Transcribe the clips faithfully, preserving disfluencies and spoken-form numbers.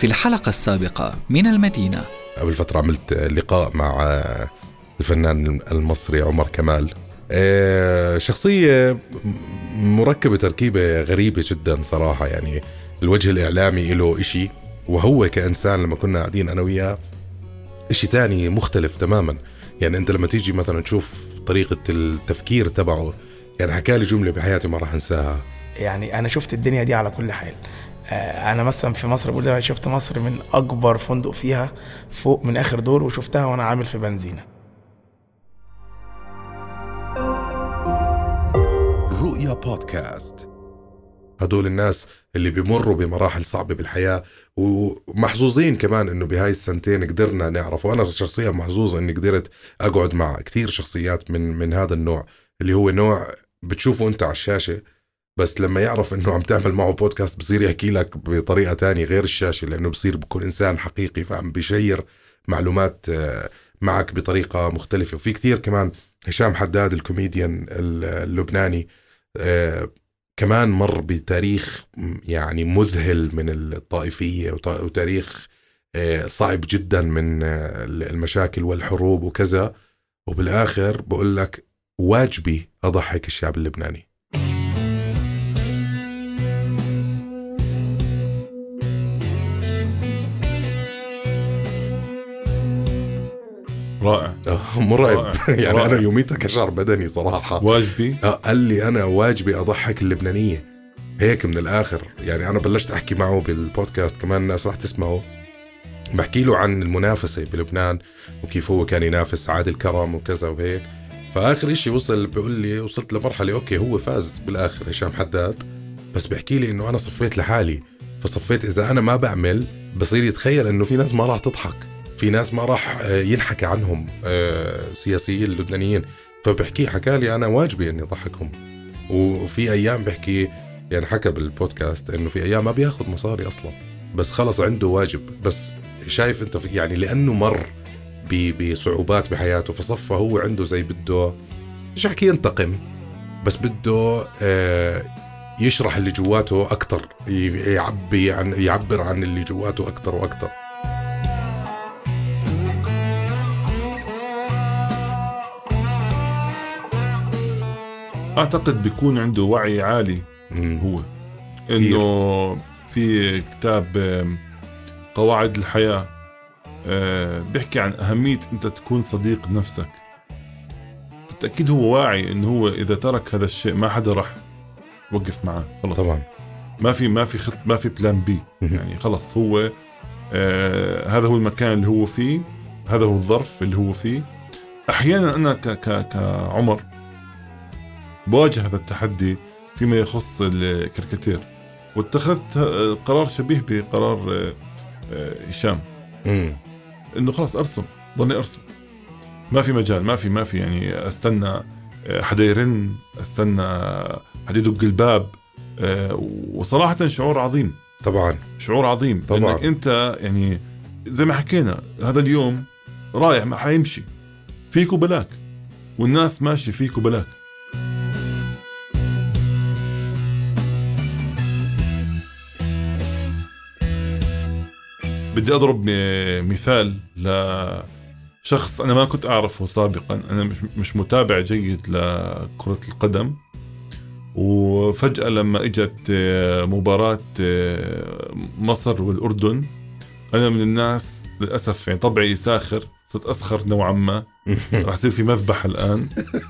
في الحلقة السابقة من المدينة. قبل فترة عملت لقاء مع الفنان المصري عمر كمال. شخصية مركبة تركيبة غريبة جدا صراحة. يعني الوجه الإعلامي له إشي، وهو كإنسان لما كنا قاعدين أنا وياه إشي تاني مختلف تماما. يعني أنت لما تيجي مثلا تشوف طريقة التفكير تبعه، يعني حكالي جملة بحياتي ما راح أنساها. يعني أنا شفت الدنيا دي على كل حال. أنا مثلا في مصر بقول ده، شفت مصر من أكبر فندق فيها فوق من آخر دور، وشفتها وأنا عامل في بنزينة. رؤيا بودكاست. هدول الناس اللي بيمروا بمراحل صعبة بالحياة، ومحظوظين كمان إنه بهاي السنتين قدرنا نعرف. وأنا شخصيا محظوظ إني قدرت أقعد مع كتير شخصيات من من هذا النوع، اللي هو نوع بتشوفه أنت على الشاشة، بس لما يعرف إنه عم تعمل معه بودكاست بصير يحكي لك بطريقة تانية غير الشاشة، لأنه بصير بكون إنسان حقيقي فعم بيشير معلومات معك بطريقة مختلفة. وفي كتير كمان هشام حداد الكوميديان اللبناني كمان مر بتاريخ يعني مذهل من الطائفية، وتاريخ صعب جدا من المشاكل والحروب وكذا، وبالآخر بقول لك واجبي أضحك الشعب اللبناني. رائع مرعب. يعني رائع. أنا يوميتها كشعر بدني صراحة. واجبي قال لي أنا واجبي أضحك اللبنانية هيك من الآخر. يعني أنا بلشت أحكي معه بالبودكاست، كمان الناس راح تسمعه، بحكي له عن المنافسة بلبنان وكيف هو كان ينافس عادل كرم وكذا وهيك. فآخر إشي وصل بيقول لي وصلت لمرحلة أوكي هو فاز بالآخر هشام حداد، بس بحكي لي إنه أنا صفيت لحالي. فصفيت إذا أنا ما بعمل بصير يتخيل إنه في ناس ما راح تضحك، في ناس ما راح ينحكى عنهم سياسيين اللبنانيين. فبحكي حكالي أنا واجبي أني أضحكهم. وفي أيام بحكي يعني حكى بالبودكاست إنه في أيام ما بياخد مصاري أصلا، بس خلص عنده واجب. بس شايف أنت يعني لأنه مر بصعوبات بحياته فصفى هو عنده زي بده مش أحكي ينتقم، بس بده يشرح اللي جواته أكتر، يعبي عن يعبر عن اللي جواته أكتر وأكتر. أعتقد بيكون عنده وعي عالي. مم. هو إنه في كتاب قواعد الحياة بيحكي عن أهمية أنت تكون صديق نفسك. بالتأكيد هو واعي إنه هو إذا ترك هذا الشيء ما حدا راح يوقف معه خلص. طبعا ما في ما في خط ما في بلان بي. يعني خلص هو آه هذا هو المكان اللي هو فيه، هذا هو الظرف اللي هو فيه. أحيانا أنا ك ك كعمر بواجه هذا التحدي فيما يخص الكاريكاتير، واتخذت قرار شبيه بقرار هشام إنه خلاص أرسم، ضلني أرسم، ما في مجال، ما في ما في يعني أستنى حدا يرن، أستنى حدا يدق الباب. وصراحة شعور عظيم. طبعا شعور عظيم طبعا. لأنك أنت يعني زي ما حكينا هذا اليوم رايح ما حيمشي فيك وبلاك، والناس ماشي فيك وبلاك. بدي أضرب مثال لشخص أنا ما كنت أعرفه سابقا. أنا مش مش متابع جيد لكرة القدم، وفجأة لما إجت مباراة مصر والأردن أنا من الناس للأسف يعني طبعي ساخر، صرت أسخر نوعا ما، راح يصير في مذبح الآن.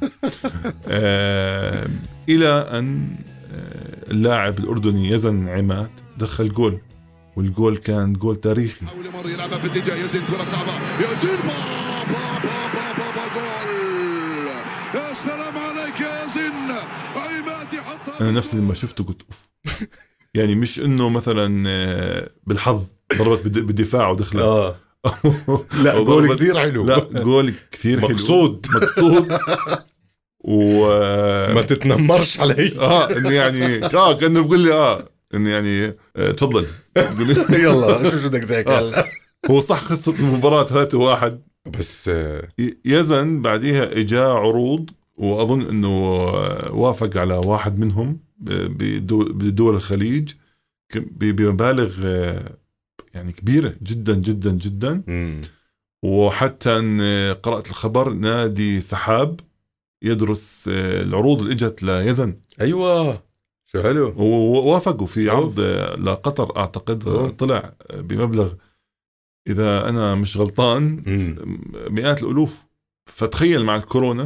آه إلى أن اللاعب الأردني يزن عماد دخل جول، والجول كان جول تاريخي. حاول مر يلعبها في اتجاه يزين، كرة صعبة، يزين بابا بابا بابا جول. يا سلام عليك يا يزين، عماد يحطها. أنا نفسي لما شفته قلت أوف. يعني مش إنه مثلا بالحظ ضربت بالدفاع ودخلت. آه. لا جول كثير حلو. لا جول كثير حلو مقصود مقصود و ما تتنمرش علي. اه انه يعني اه كانه بقول لي اه انه يعني آه تفضل يلا شو شو بدك تحكي هلا. هو صح خلصت المباراة ثلاثة واحد، بس آه يزن بعديها اجا عروض، واظن انه وافق على واحد منهم بدول الخليج بمبالغ يعني كبيرة جدا جدا جدا. مم. وحتى أن قرأت الخبر نادي سحاب يدرس العروض اللي اجت ليزن. ايوه شو حلو. ووافقوا في أوه. عرض لقطر اعتقد. أوه. طلع بمبلغ اذا انا مش غلطان مئات الالوف. فتخيل مع الكورونا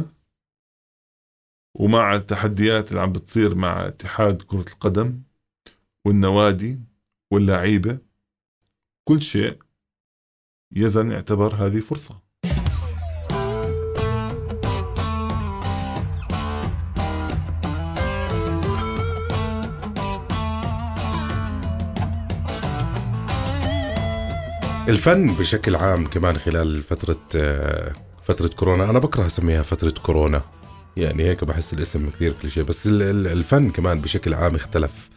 ومع التحديات اللي عم بتصير مع اتحاد كرة القدم والنوادي واللاعيبة كل شيء، يزن اعتبر هذه فرصة. الفن بشكل عام كمان خلال فترة فترة كورونا، أنا بكره أسميها فترة كورونا يعني هيك بحس الاسم كثير كليشيه، بس الفن كمان بشكل عام اختلف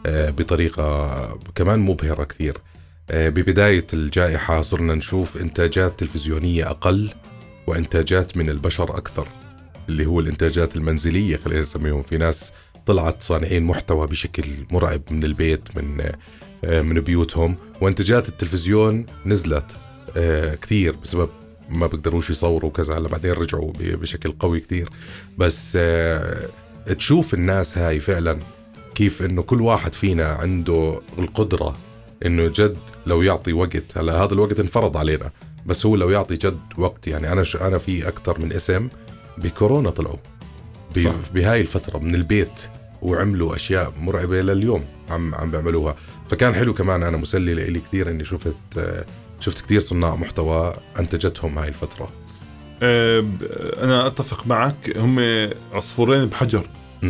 بطريقة كمان مبهرة كثير. ببداية الجائحة صرنا نشوف إنتاجات تلفزيونية أقل وإنتاجات من البشر أكثر، اللي هو الإنتاجات المنزلية خلينا نسميهم. في ناس طلعت صانعين محتوى بشكل مرعب من البيت من من بيوتهم، وإنتاجات التلفزيون نزلت كثير بسبب ما بقدروش يصوروا وكذا. هلا بعدين رجعوا بشكل قوي كثير، بس تشوف الناس هاي فعلا كيف إنه كل واحد فينا عنده القدرة إنه جد لو يعطي وقت. هلا هذا الوقت انفرض علينا، بس هو لو يعطي جد وقت. يعني أنا أنا في أكتر من اسم بكورونا طلعوا بهاي الفترة من البيت وعملوا أشياء مرعبة لليوم عم عم بيعملوها. فكان حلو كمان، أنا مسلي لي كثير إني شفت شفت كثير صناع محتوى أنتجتهم هاي الفترة. أنا أتفق معك، هم عصفورين بحجر.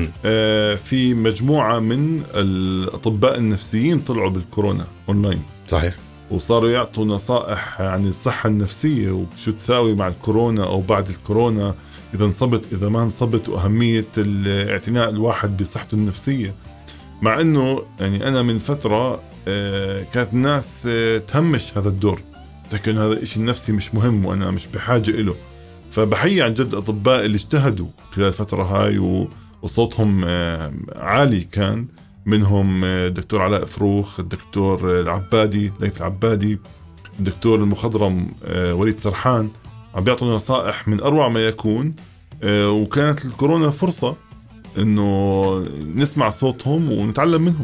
في مجموعة من الأطباء النفسيين طلعوا بالكورونا أونلاين. صحيح. وصاروا يعطوا نصائح عن الصحة النفسية وشو تساوي مع الكورونا أو بعد الكورونا، إذا انصبت إذا ما انصبت، وأهمية الاعتناء الواحد بصحته النفسية. مع أنه يعني أنا من فترة كانت الناس تهمش هذا الدور، تحكي أنه هذا الإشي النفسي مش مهم وأنا مش بحاجة إله. فبحيي عن جد الأطباء اللي اجتهدوا خلال الفترة هاي وصوتهم عالي. كان منهم الدكتور علاء فروخ، الدكتور العبادي ليث العبادي، الدكتور المخضرم وليد سرحان، عم بيعطوا نصائح من أروع ما يكون. وكانت الكورونا فرصة إنه نسمع صوتهم ونتعلم منهم.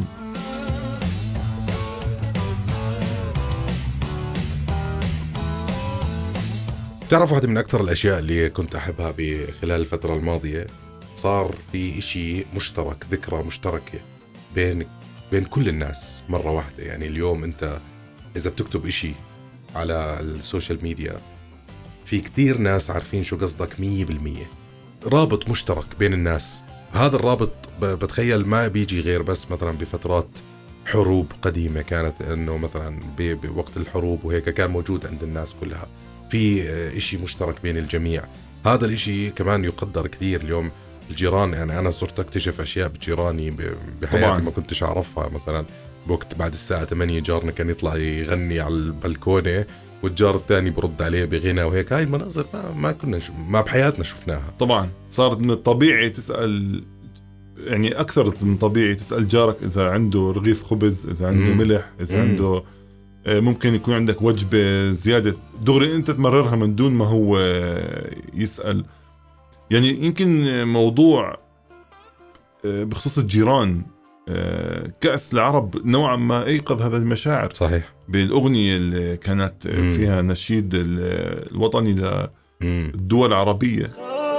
بتعرف واحدة من أكثر الأشياء اللي كنت أحبها بخلال الفترة الماضية، صار في إشي مشترك، ذكرى مشتركة بين بين كل الناس مرة واحدة. يعني اليوم أنت إذا بتكتب إشي على السوشيال ميديا في كتير ناس عارفين شو قصدك مية بالمية. رابط مشترك بين الناس. هذا الرابط بتخيل ما بيجي غير بس مثلا بفترات حروب قديمة كانت، إنه مثلا بوقت الحروب وهيك كان موجود عند الناس كلها في إشي مشترك بين الجميع. هذا الإشي كمان يقدر كثير اليوم. الجيران، يعني أنا صرت أكتشف أشياء بجيراني بحياتي طبعاً ما كنتش أعرفها. مثلا بوقت بعد الساعة ثمانية جارنا كان يطلع يغني على البلكونة والجار الثاني برد عليه بغنى وهيك. هاي المناظر ما, ما كنا ما بحياتنا شفناها. طبعا صارت من الطبيعي تسأل، يعني أكثر من طبيعي تسأل جارك إذا عنده رغيف خبز، إذا عنده مم. ملح، إذا مم. عنده ممكن يكون عندك وجبة زيادة، دغري أنت تمررها من دون ما هو يسأل. يعني يمكن موضوع بخصوص الجيران كأس العرب نوعا ما أيقظ هذا المشاعر. صحيح. بالأغنية اللي كانت فيها نشيد الوطني للدول العربية.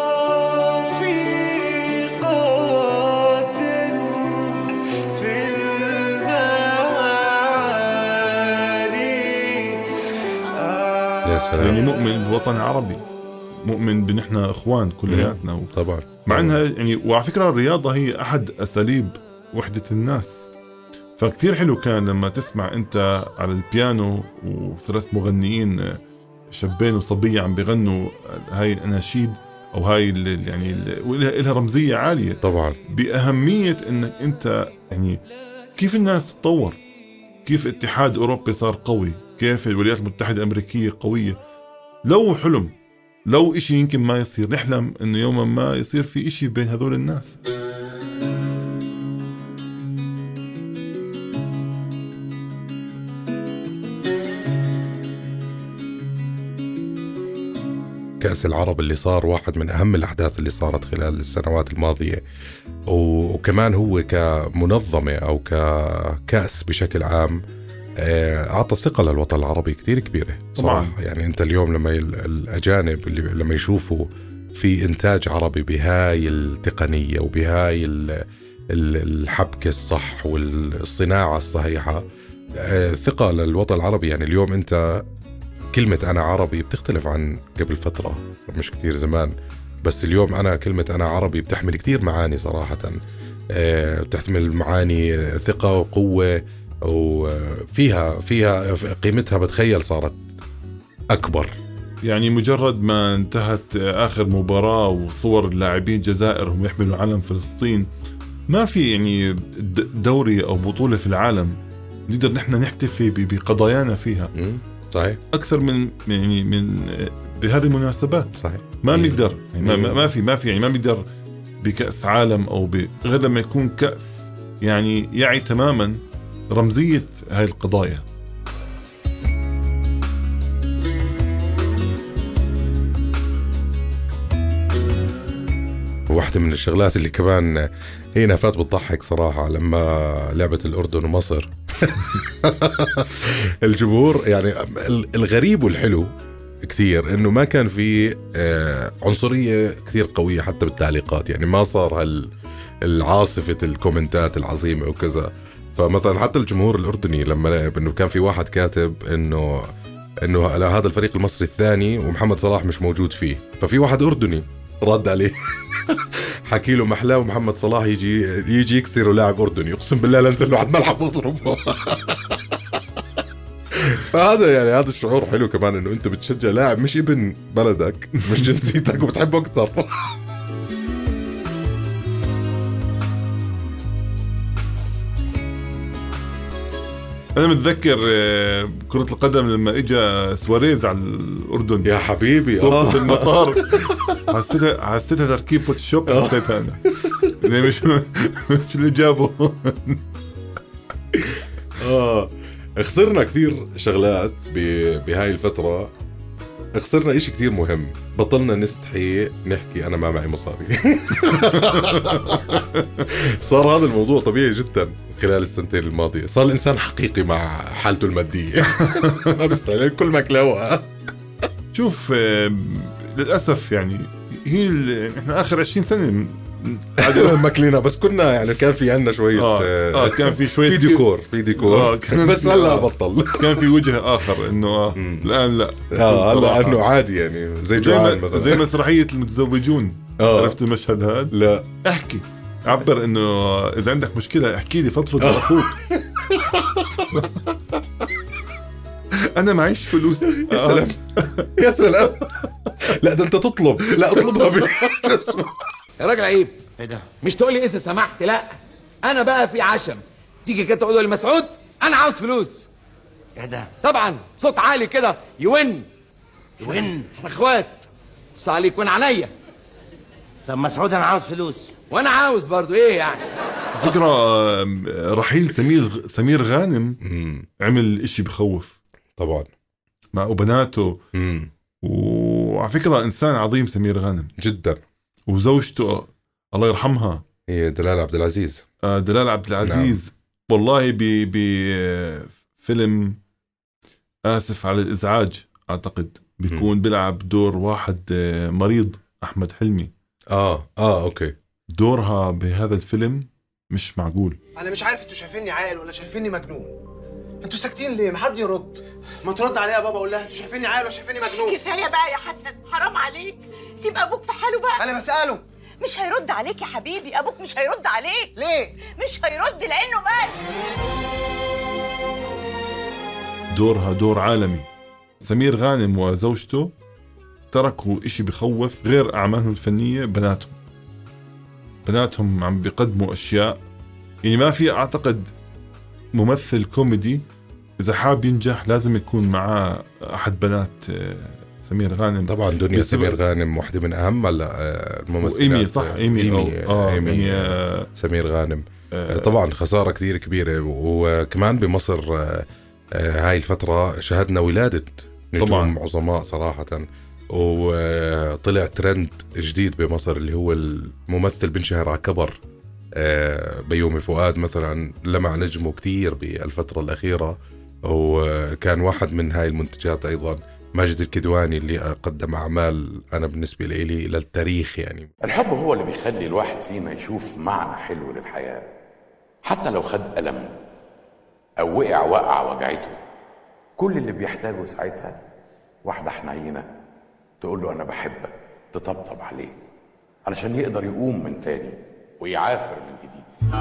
يعني مؤمن بالوطن العربي، مؤمن بنحن اخوان كلياتنا. طبعا. مع انها يعني، وعلى فكره الرياضه هي احد اساليب وحده الناس. فكتير حلو كان لما تسمع انت على البيانو وثلاث مغنيين شابين وصبيه عم بيغنوا هاي الاناشيد او هاي يعني لها رمزيه عاليه طبعا باهميه انك انت يعني كيف الناس تطور، كيف الاتحاد الاوروبي صار قوي، كيف الولايات المتحده الامريكيه قويه. لو حلم، لو إشي يمكن ما يصير، نحلم إنه يوما ما يصير في إشي بين هذول الناس. كأس العرب اللي صار واحد من أهم الأحداث اللي صارت خلال السنوات الماضية، وكمان هو كمنظمة أو ككأس بشكل عام أعطى ثقة للوطن العربي كتير كبيرة صراحة. طبعا. يعني أنت اليوم لما الأجانب اللي لما يشوفوا في إنتاج عربي بهاي التقنية وبهاي الحبكة الصح والصناعة الصحيحة، ثقة للوطن العربي. يعني اليوم أنت كلمة أنا عربي بتختلف عن قبل فترة مش كتير زمان، بس اليوم أنا كلمة أنا عربي بتحمل كتير معاني صراحة، بتحمل معاني ثقة وقوة، وفيها فيها قيمتها بتخيل صارت أكبر. يعني مجرد ما انتهت آخر مباراة وصور اللاعبين الجزائر هم يحملوا علم فلسطين، ما في يعني دوري أو بطولة في العالم نقدر نحن نحتفي بقضايانا فيها. صحيح. أكثر من يعني من بهذه المناسبات. صحيح. ما بنقدر يعني ما, ما في ما في يعني ما بنقدر بكأس عالم أو غير لما يكون كأس يعني يعي تماما رمزية هاي القضايا. واحدة من الشغلات اللي كمان هي نفات بتضحك صراحة لما لعبة الأردن ومصر الجمهور يعني الغريب والحلو كثير إنه ما كان في عنصرية كثير قوية حتى بالتعليقات، يعني ما صار هالعاصفة الكومنتات العظيمة وكذا. فمثلا حتى الجمهور الأردني لما لعب إنه كان في واحد كاتب إنه إنه هذا الفريق المصري الثاني ومحمد صلاح مش موجود فيه، ففي واحد أردني رد عليه حكي له محلاه ومحمد صلاح يجي يجي يكسر لاعب أردني، يقسم بالله لنزل له على الملعب وضربه. فهذا يعني هذا الشعور حلو كمان إنه أنت بتشجع لاعب مش ابن بلدك مش جنسيتك وبتحبه أكتر. أنا متذكر كرة القدم لما إجا سواريز على الأردن يا حبيبي صورته في المطار، حسيتها حسيتها تركيب فوتوشوب. حسيتها أنا زي مش مش اللي جابه. آه خسرنا كثير شغلات بهاي الفترة، خسرنا إشي كتير مهم، بطلنا نستحي نحكي أنا ما معي مصاري. صار هذا الموضوع طبيعي جدا خلال السنتين الماضية، صار الإنسان حقيقي مع حالته المادية. ما بيستحي كل مكلاوة. شوف للأسف يعني هي احنا آخر عشرين سنة مكلينا، بس كنا يعني كان في عنا شوية آه. آه كان في شوية في ديكور في ديكور آه بس هلا بطل. كان في وجه آخر إنه آه الآن لا آه هلا إنه عادي يعني زي زي, ما زي مسرحية المتزوجون. آه. عرفت المشهد هذا؟ لا احكي عبر إنه إذا عندك مشكلة احكي لي فضفض لأخوك. أنا معيش فلوس. يا سلام يا سلام. لا ده أنت تطلب، لا أطلبها بجسم. يا راجل عيب. ايه ده؟ مش تقول لي إذا سمحت، لا أنا بقى في عشم تيجي كده تقول لي مسعود أنا عاوز فلوس. ايه ده؟ طبعا صوت عالي كده يون يون. احنا اخوات ص عليك وين عينيا. طب مسعود انا عاوز فلوس. وانا عاوز برضو ايه يعني. فكرة رحيل سمير سمير غانم عمل اشي بخوف طبعا مع بناته. وعلى فكرة انسان عظيم سمير غانم جدا، وزوجته الله يرحمها هي دلال عبد العزيز. آه دلال عبد العزيز. نعم. والله بفيلم آسف على الإزعاج أعتقد بيكون م. بيلعب دور واحد مريض أحمد حلمي. آه آه أوكي. دورها بهذا الفيلم مش معقول. أنا مش عارف انتوا شايفيني عاقل ولا شايفيني مجنون. انتوا ساكتين ليه؟ ما حد يرد. ما ترد عليها يا بابا، اقول لها انتوا شايفيني عاقل ولا شايفيني مجنون. كفايه بقى يا حسن، حرام عليك، سيب ابوك في حاله بقى. انا بساله. مش هيرد عليك يا حبيبي، ابوك مش هيرد عليك. ليه؟ مش هيرد لانه مات. دورها دور عالمي. سمير غانم وزوجته تركوا اشي بخوف غير اعمالهم الفنيه. بناتهم بناتهم عم بيقدموا اشياء يعني ما في اعتقد ممثل كوميدي اذا حاب ينجح لازم يكون معاه احد بنات سمير غانم. طبعا دنيا سمير غانم واحدة من اهم الممثلات. ايمي صح ايمي ايمي, آه إيمي آه سمير غانم. آه طبعا خسارة كتير كبيرة. وكمان بمصر آه هاي الفترة شهدنا ولادة نجوم عظماء صراحة. وطلع ترند جديد بمصر اللي هو الممثل بنشهر على كبر. بيومي فؤاد مثلا لمع نجمه كتير بالفترة الأخيرة، وكان واحد من هاي المنتجات أيضا ماجد الكدواني اللي قدم أعمال أنا بالنسبة لي للتاريخ. يعني الحب هو اللي بيخلي الواحد فينا يشوف معنى حلو للحياة، حتى لو خد ألم أو وقع وقع وجعته. كل اللي بيحتاجه ساعتها واحدة حنينة تقول له أنا بحبك، تطبطب عليه علشان يقدر يقوم من تاني ويعافر من جديد.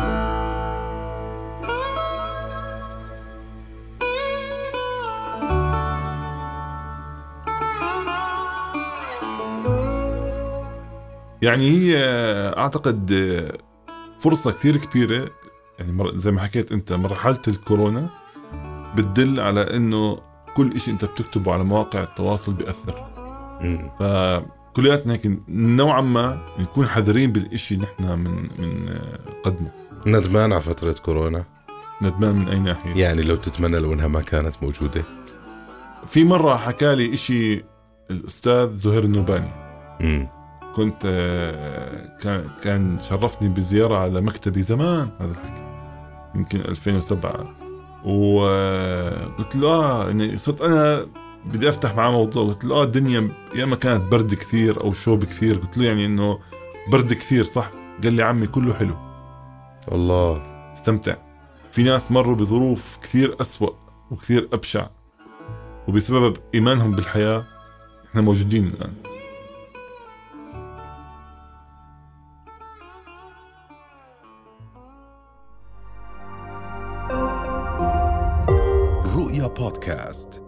يعني هي أعتقد فرصة كثير كبيرة، يعني زي ما حكيت أنت مرحلة الكورونا بتدل على أنه كل إشي أنت بتكتبه على مواقع التواصل بيأثر. فكلياتنا هيك نوعا ما نكون حذرين بالإشي نحن من من قدمه. ندمان على فترة كورونا؟ ندمان من أي ناحية؟ يعني لو تتمنى لو أنها ما كانت موجودة. في مرة حكى لي إشي الأستاذ زهير النوباني. امم كنت كان كان شرفني بزيارة على مكتبي زمان، هذا الحكي يمكن ألفين وسبعة، وقلت له آه يعني صرت أنا بدي أفتح معاه موضوع. قلت له آه الدنيا يا ما كانت برد كثير أو شوب كثير. قلت له يعني إنه برد كثير صح؟ قال لي عمي كله حلو. الله، استمتع. في ناس مروا بظروف كثير أسوأ وكثير أبشع، وبسبب إيمانهم بالحياة إحنا موجودين الآن. رؤيا بودكاست.